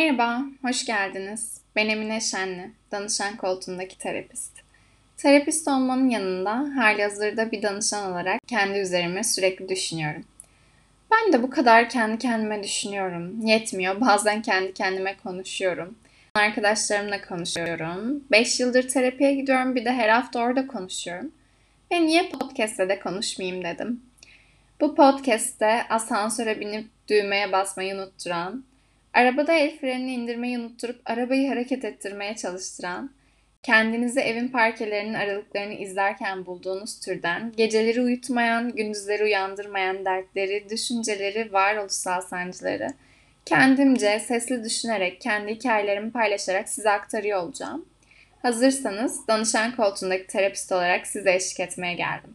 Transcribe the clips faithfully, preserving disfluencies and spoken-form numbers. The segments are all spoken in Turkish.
Merhaba, hoş geldiniz. Ben Emine Şenli, danışan koltuğundaki terapist. Terapist olmanın yanında halihazırda bir danışan olarak kendi üzerime sürekli düşünüyorum. Ben de bu kadar kendi kendime düşünüyorum. Yetmiyor, bazen kendi kendime konuşuyorum. Arkadaşlarımla konuşuyorum. beş yıldır terapiye gidiyorum, bir de her hafta orada konuşuyorum. Ve niye podcast'te de konuşmayayım dedim. Bu podcast'te asansöre binip düğmeye basmayı unutturan, arabada el frenini indirmeyi unutturup arabayı hareket ettirmeye çalıştıran, kendinizi evin parkelerinin aralıklarını izlerken bulduğunuz türden, geceleri uyutmayan, gündüzleri uyandırmayan dertleri, düşünceleri, varoluşsal sancıları, kendimce sesli düşünerek, kendi hikayelerimi paylaşarak size aktarıyor olacağım. Hazırsanız danışan koltuğundaki terapist olarak size eşlik etmeye geldim.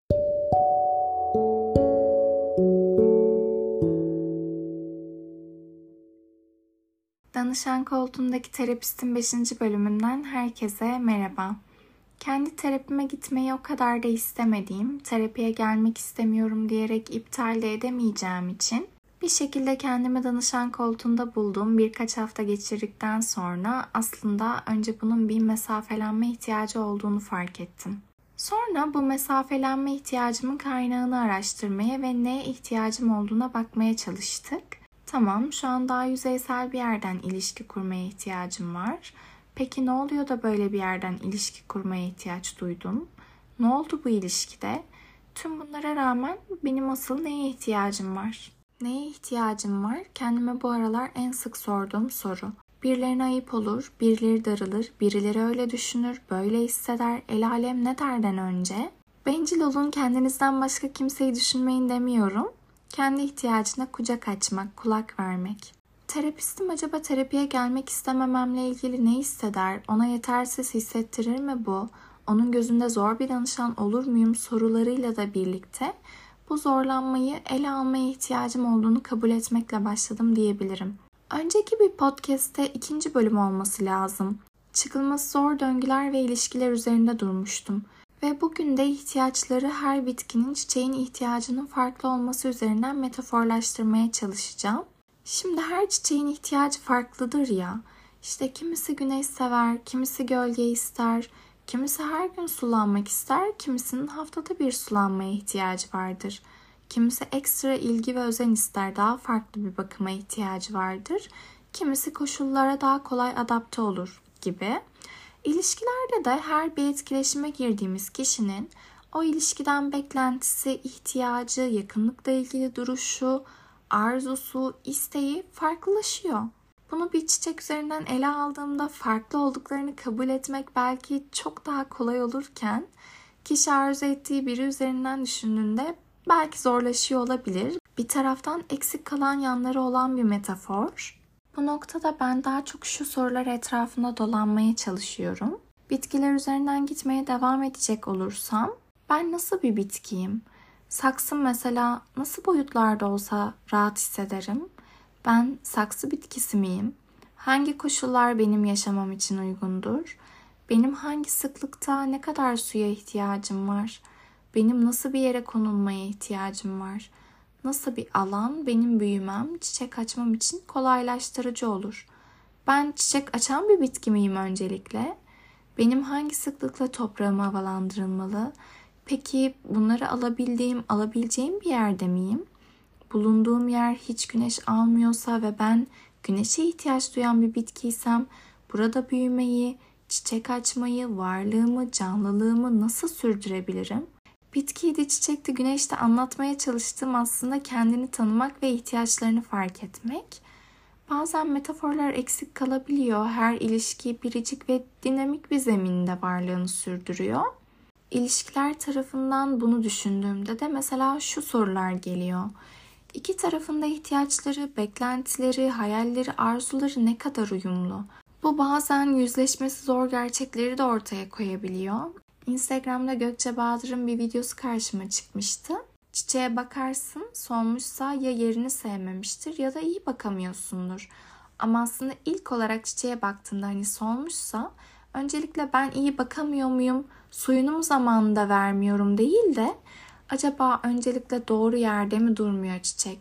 Danışan koltuğundaki terapistin beşinci bölümünden herkese merhaba. Kendi terapime gitmeyi o kadar da istemediğim, terapiye gelmek istemiyorum diyerek iptal de edemeyeceğim için bir şekilde kendimi danışan koltuğunda bulduğum birkaç hafta geçirdikten sonra aslında önce bunun bir mesafelenme ihtiyacı olduğunu fark ettim. Sonra bu mesafelenme ihtiyacımın kaynağını araştırmaya ve neye ihtiyacım olduğuna bakmaya çalıştık. Tamam, şu an daha yüzeysel bir yerden ilişki kurmaya ihtiyacım var. Peki ne oluyor da böyle bir yerden ilişki kurmaya ihtiyaç duydum? Ne oldu bu ilişkide? Tüm bunlara rağmen benim asıl neye ihtiyacım var? Neye ihtiyacım var? Kendime bu aralar en sık sorduğum soru. Birilerine ayıp olur, birileri darılır, birileri öyle düşünür, böyle hisseder, el alem ne derden önce? Bencil olun, kendinizden başka kimseyi düşünmeyin demiyorum. Kendi ihtiyacına kucak açmak, kulak vermek. Terapistim acaba terapiye gelmek istemememle ilgili ne hisseder? Ona yetersiz hissettirir mi bu? Onun gözünde zor bir danışan olur muyum sorularıyla da birlikte bu zorlanmayı ele almaya ihtiyacım olduğunu kabul etmekle başladım diyebilirim. Önceki bir podcast'te ikinci bölüm olması lazım. Çıkılması zor döngüler ve ilişkiler üzerinde durmuştum. Ve bugün de ihtiyaçları her bitkinin çiçeğin ihtiyacının farklı olması üzerinden metaforlaştırmaya çalışacağım. Şimdi her çiçeğin ihtiyacı farklıdır ya. İşte kimisi güneş sever, kimisi gölge ister, kimisi her gün sulanmak ister, kimisinin haftada bir sulanmaya ihtiyacı vardır. Kimisi ekstra ilgi ve özen ister, daha farklı bir bakıma ihtiyacı vardır. Kimisi koşullara daha kolay adapte olur gibi. İlişkilerde de her bir etkileşime girdiğimiz kişinin o ilişkiden beklentisi, ihtiyacı, yakınlıkla ilgili duruşu, arzusu, isteği farklılaşıyor. Bunu bir çiçek üzerinden ele aldığımda farklı olduklarını kabul etmek belki çok daha kolay olurken kişi arzu ettiği biri üzerinden düşündüğünde belki zorlaşıyor olabilir. Bir taraftan eksik kalan yanları olan bir metafor. Bu noktada ben daha çok şu sorular etrafında dolanmaya çalışıyorum. Bitkiler üzerinden gitmeye devam edecek olursam ben nasıl bir bitkiyim? Saksım mesela nasıl boyutlarda olsa rahat hissederim? Ben saksı bitkisi miyim? Hangi koşullar benim yaşamam için uygundur? Benim hangi sıklıkta ne kadar suya ihtiyacım var? Benim nasıl bir yere konulmaya ihtiyacım var? Nasıl bir alan benim büyümem, çiçek açmam için kolaylaştırıcı olur? Ben çiçek açan bir bitki miyim öncelikle? Benim hangi sıklıkla toprağım havalandırılmalı? Peki bunları alabildiğim, alabileceğim bir yerde miyim? Bulunduğum yer hiç güneş almıyorsa ve ben güneşe ihtiyaç duyan bir bitkiysem burada büyümeyi, çiçek açmayı, varlığımı, canlılığımı nasıl sürdürebilirim? Bitkiydi, çiçekti, güneşte anlatmaya çalıştığım aslında kendini tanımak ve ihtiyaçlarını fark etmek. Bazen metaforlar eksik kalabiliyor. Her ilişki biricik ve dinamik bir zeminde varlığını sürdürüyor. İlişkiler tarafından bunu düşündüğümde de mesela şu sorular geliyor. İki tarafın da ihtiyaçları, beklentileri, hayalleri, arzuları ne kadar uyumlu? Bu bazen yüzleşmesi zor gerçekleri de ortaya koyabiliyor. Instagram'da Gökçe Bahadır'ın bir videosu karşıma çıkmıştı. Çiçeğe bakarsın, solmuşsa ya yerini sevmemiştir ya da iyi bakamıyorsundur. Ama aslında ilk olarak çiçeğe baktığında hani solmuşsa öncelikle ben iyi bakamıyor muyum, suyunu mu zamanında vermiyorum değil de acaba öncelikle doğru yerde mi durmuyor çiçek?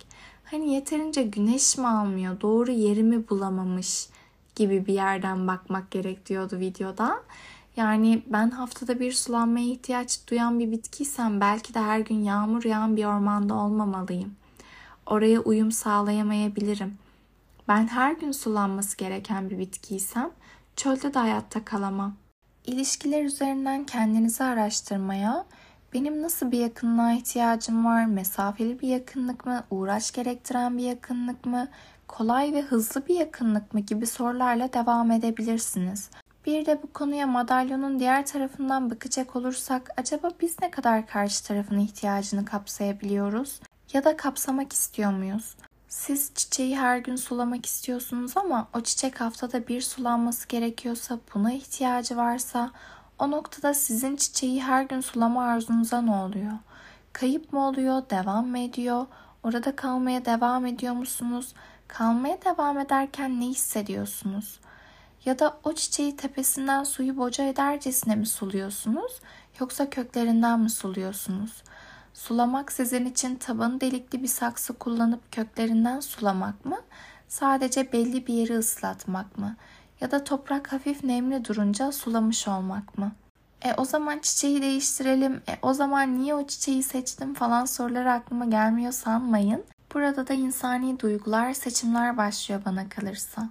Hani yeterince güneş mi almıyor, doğru yerimi bulamamış gibi bir yerden bakmak gerek diyordu videoda. Yani ben haftada bir sulanmaya ihtiyaç duyan bir bitkiysem belki de her gün yağmur yağan bir ormanda olmamalıyım. Oraya uyum sağlayamayabilirim. Ben her gün sulanması gereken bir bitkiysem çölde de hayatta kalamam. İlişkiler üzerinden kendinizi araştırmaya, benim nasıl bir yakınlığa ihtiyacım var, mesafeli bir yakınlık mı, uğraş gerektiren bir yakınlık mı, kolay ve hızlı bir yakınlık mı gibi sorularla devam edebilirsiniz. Bir de bu konuya madalyonun diğer tarafından bakacak olursak, acaba biz ne kadar karşı tarafın ihtiyacını kapsayabiliyoruz ya da kapsamak istiyor muyuz? Siz çiçeği her gün sulamak istiyorsunuz ama o çiçek haftada bir sulanması gerekiyorsa, buna ihtiyacı varsa, o noktada sizin çiçeği her gün sulama arzunuza ne oluyor? Kayıp mı oluyor, devam mı ediyor? Orada kalmaya devam ediyor musunuz? Kalmaya devam ederken ne hissediyorsunuz? Ya da o çiçeği tepesinden suyu boca edercesine mi suluyorsunuz, yoksa köklerinden mi suluyorsunuz? Sulamak sizin için tabanı delikli bir saksı kullanıp köklerinden sulamak mı? Sadece belli bir yeri ıslatmak mı? Ya da toprak hafif nemli durunca sulamış olmak mı? E o zaman çiçeği değiştirelim, e o zaman niye o çiçeği seçtim falan soruları aklıma gelmiyor sanmayın. Burada da insani duygular, seçimler başlıyor bana kalırsa.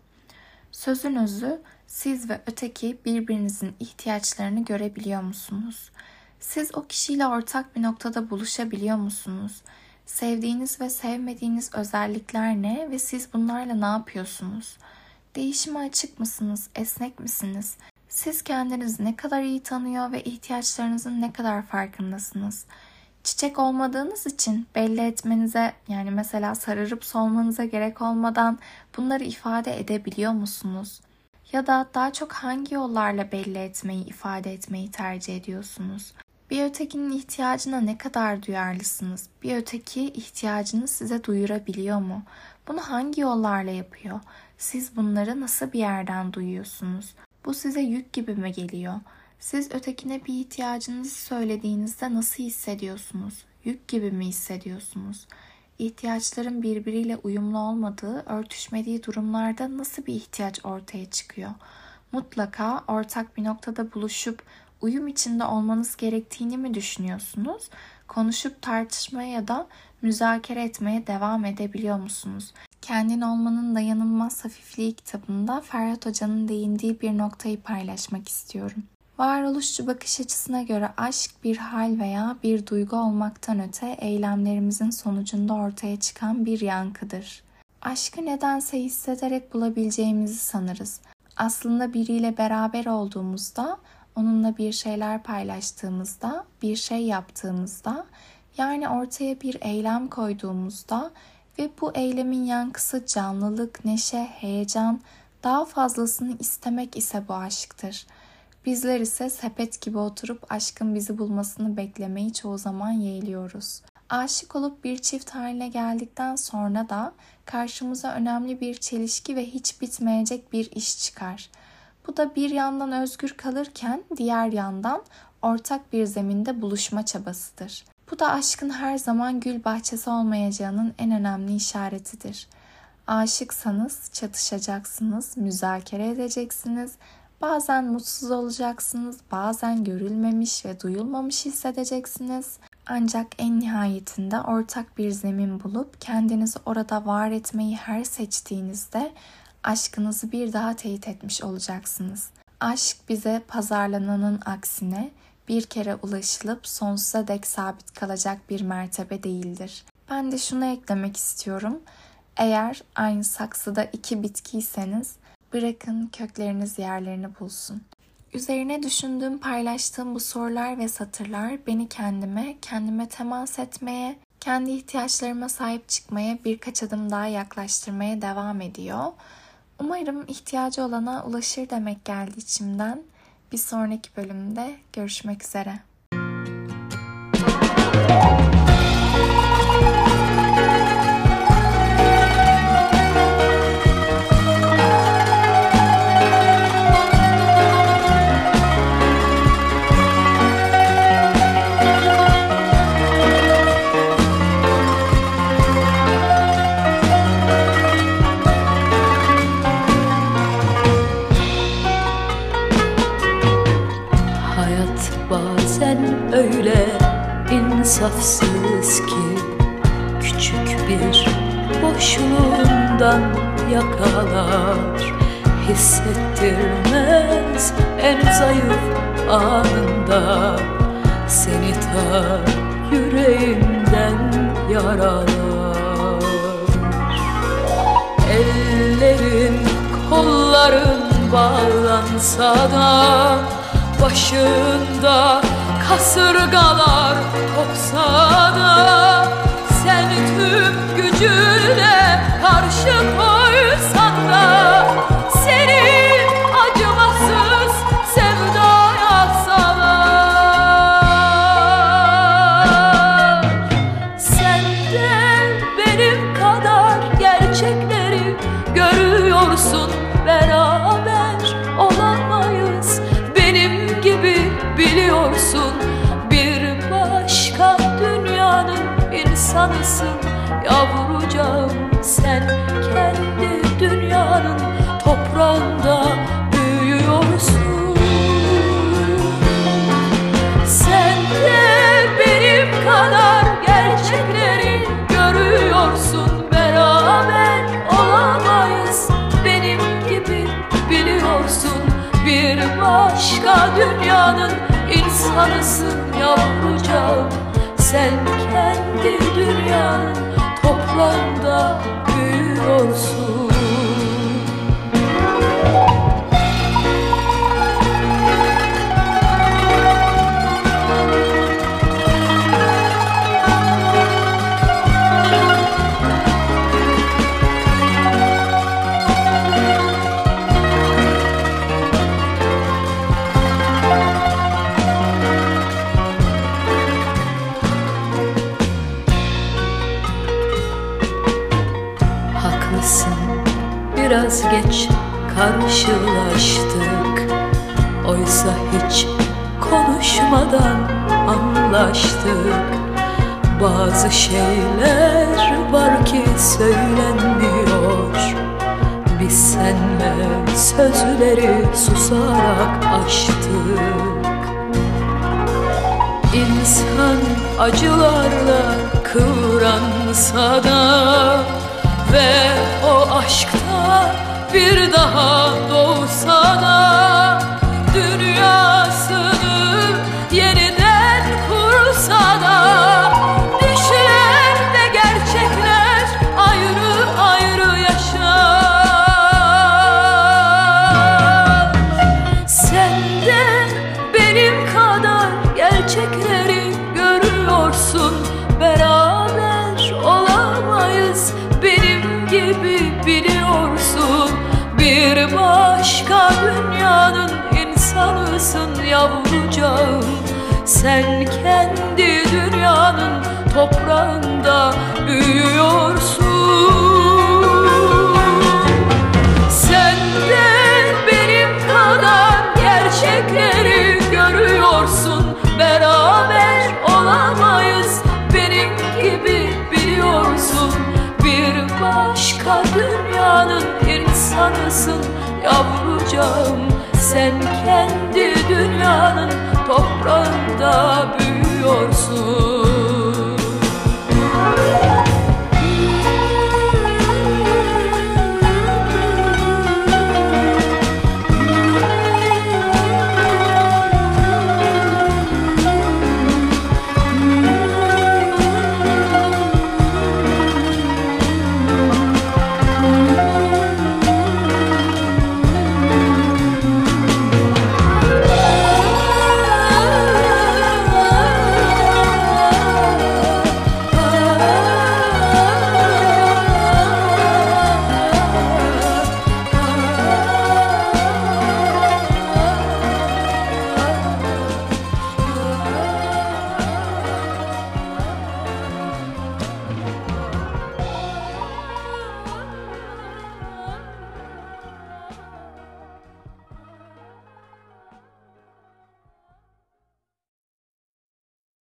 Sözün özü, siz ve öteki birbirinizin ihtiyaçlarını görebiliyor musunuz? Siz o kişiyle ortak bir noktada buluşabiliyor musunuz? Sevdiğiniz ve sevmediğiniz özellikler ne ve siz bunlarla ne yapıyorsunuz? Değişime açık mısınız? Esnek misiniz? Siz kendinizi ne kadar iyi tanıyor ve ihtiyaçlarınızın ne kadar farkındasınız? Çiçek olmadığınız için belli etmenize, yani mesela sararıp solmanıza gerek olmadan bunları ifade edebiliyor musunuz? Ya da daha çok hangi yollarla belli etmeyi, ifade etmeyi tercih ediyorsunuz? Bir ötekinin ihtiyacına ne kadar duyarlısınız? Bir öteki ihtiyacını size duyurabiliyor mu? Bunu hangi yollarla yapıyor? Siz bunları nasıl bir yerden duyuyorsunuz? Bu size yük gibi mi geliyor? Siz ötekine bir ihtiyacınızı söylediğinizde nasıl hissediyorsunuz? Yük gibi mi hissediyorsunuz? İhtiyaçların birbiriyle uyumlu olmadığı, örtüşmediği durumlarda nasıl bir ihtiyaç ortaya çıkıyor? Mutlaka ortak bir noktada buluşup uyum içinde olmanız gerektiğini mi düşünüyorsunuz? Konuşup tartışmaya ya da müzakere etmeye devam edebiliyor musunuz? Kendin Olmanın Dayanılmaz Hafifliği kitabında Ferhat Hoca'nın değindiği bir noktayı paylaşmak istiyorum. Varoluşçu bakış açısına göre aşk bir hal veya bir duygu olmaktan öte eylemlerimizin sonucunda ortaya çıkan bir yankıdır. Aşkı nedense hissederek bulabileceğimizi sanırız. Aslında biriyle beraber olduğumuzda, onunla bir şeyler paylaştığımızda, bir şey yaptığımızda, yani ortaya bir eylem koyduğumuzda ve bu eylemin yankısı canlılık, neşe, heyecan, daha fazlasını istemek ise bu aşktır. Bizler ise sepet gibi oturup aşkın bizi bulmasını beklemeyi çoğu zaman yeğliyoruz. Aşık olup bir çift haline geldikten sonra da karşımıza önemli bir çelişki ve hiç bitmeyecek bir iş çıkar. Bu da bir yandan özgür kalırken diğer yandan ortak bir zeminde buluşma çabasıdır. Bu da aşkın her zaman gül bahçesi olmayacağının en önemli işaretidir. Aşıksanız çatışacaksınız, müzakere edeceksiniz, bazen mutsuz olacaksınız, bazen görülmemiş ve duyulmamış hissedeceksiniz. Ancak en nihayetinde ortak bir zemin bulup kendinizi orada var etmeyi her seçtiğinizde aşkınızı bir daha teyit etmiş olacaksınız. Aşk bize pazarlananın aksine bir kere ulaşılıp sonsuza dek sabit kalacak bir mertebe değildir. Ben de şunu eklemek istiyorum. Eğer aynı saksıda iki bitkiyseniz bırakın kökleriniz yerlerini bulsun. Üzerine düşündüğüm, paylaştığım bu sorular ve satırlar beni kendime, kendime temas etmeye, kendi ihtiyaçlarıma sahip çıkmaya birkaç adım daha yaklaştırmaya devam ediyor. Umarım ihtiyacı olana ulaşır demek geldi içimden. Bir sonraki bölümde görüşmek üzere. insafsız ki küçük bir boşluğundan yakalar. Hissettirmez en zayıf anında, seni ta yüreğimden yaralar. Ellerin, kolların bağlansa da, başında kasırgalar kopsa da, sen tüm gücünle karşı koysan da, seni acımasız sevdaya salar. Sen de benim kadar gerçekleri görüyorsun, beraber olamayız benim gibi biliyorsun. Bir başka dünyanın insanısın yavrucağım, sen kendi dünyanın toprağında büyüyorsun. Sen de benim kadar gerçekleri görüyorsun, beraber olamayız benim gibi biliyorsun. Bir başka dünyanın insanısın yavrucağım, sen kendi dünyanın toprağında büyüyorsun. Biraz geç karşılaştık, oysa hiç konuşmadan anlaştık. Bazı şeyler var ki söylenmiyor, biz senle sözleri susarak aştık. İnsan acılarla kıvransa da ve o aşkta bir daha doğsa da, dünyasını yeniden kursa da, düşler ve gerçekler ayrı ayrı yaşar. Sen de benim kadar gerçekleri görüyorsun, beraber olamayız benim gibi biliyorsun. Bir başka dünyanın insanısın yavrucağım, sen kendi dünyanın toprağında büyüyorsun. Sen de benim kadar gerçekleri görüyorsun, beraber olamayız benim gibi biliyorsun. Bir başka dünyanın insanısın yavrucağım, sen kendi dünyanın toprağında büyüyorsun.